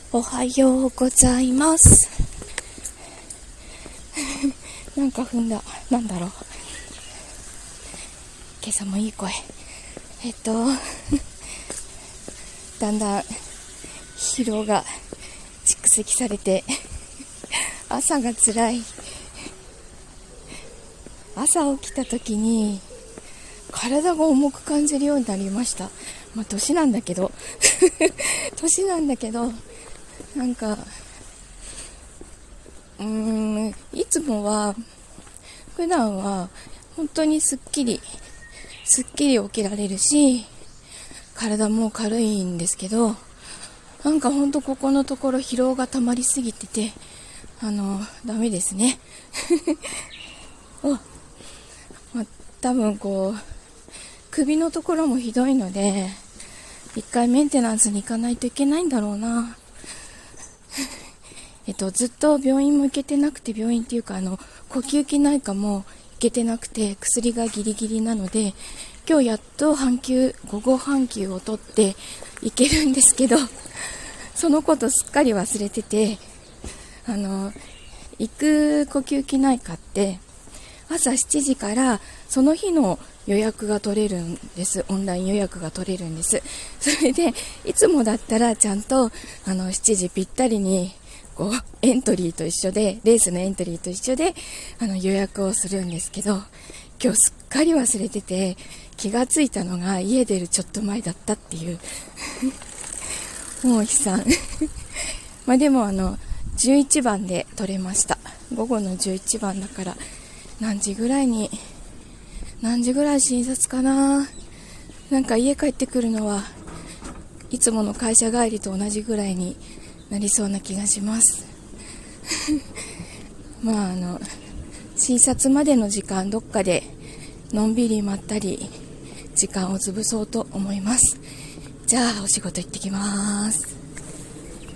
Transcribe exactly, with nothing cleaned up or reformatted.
おはようございますなんか踏んだ。なんだろう。今朝もいい声。えっとだんだん疲労が蓄積されて朝がつらい。朝起きた時に体が重く感じるようになりました。まあ年なんだけど年なんだけどなんかうーんいつもは普段は本当にすっきりすっきり起きられるし体も軽いんですけど、なんか本当ここのところ疲労が溜まりすぎててあのダメですねお、まあ、多分こう首のところもひどいので一回メンテナンスに行かないといけないんだろうなえっとずっと病院も行けてなくて、病院っていうかあの呼吸器内科も行けてなくて薬がギリギリなので、今日やっと半休午後半休を取って行けるんですけど、そのことすっかり忘れてて、あの行く呼吸器内科って朝しちじからその日の予約が取れるんです。オンライン予約が取れるんです。それでいつもだったらちゃんとあのしちじぴったりにこうエントリーと一緒で、レースのエントリーと一緒であの予約をするんですけど、今日すっかり忘れてて気がついたのが家出るちょっと前だったっていうもう悲惨まあでもあのじゅういちばんで取れました。午後のじゅういちばんだから何時ぐらいに何時ぐらい診察かな。なんか家帰ってくるのはいつもの会社帰りと同じぐらいになりそうな気がしますまああの診察までの時間どっかでのんびりまったり時間を潰そうと思います。じゃあお仕事行ってきます。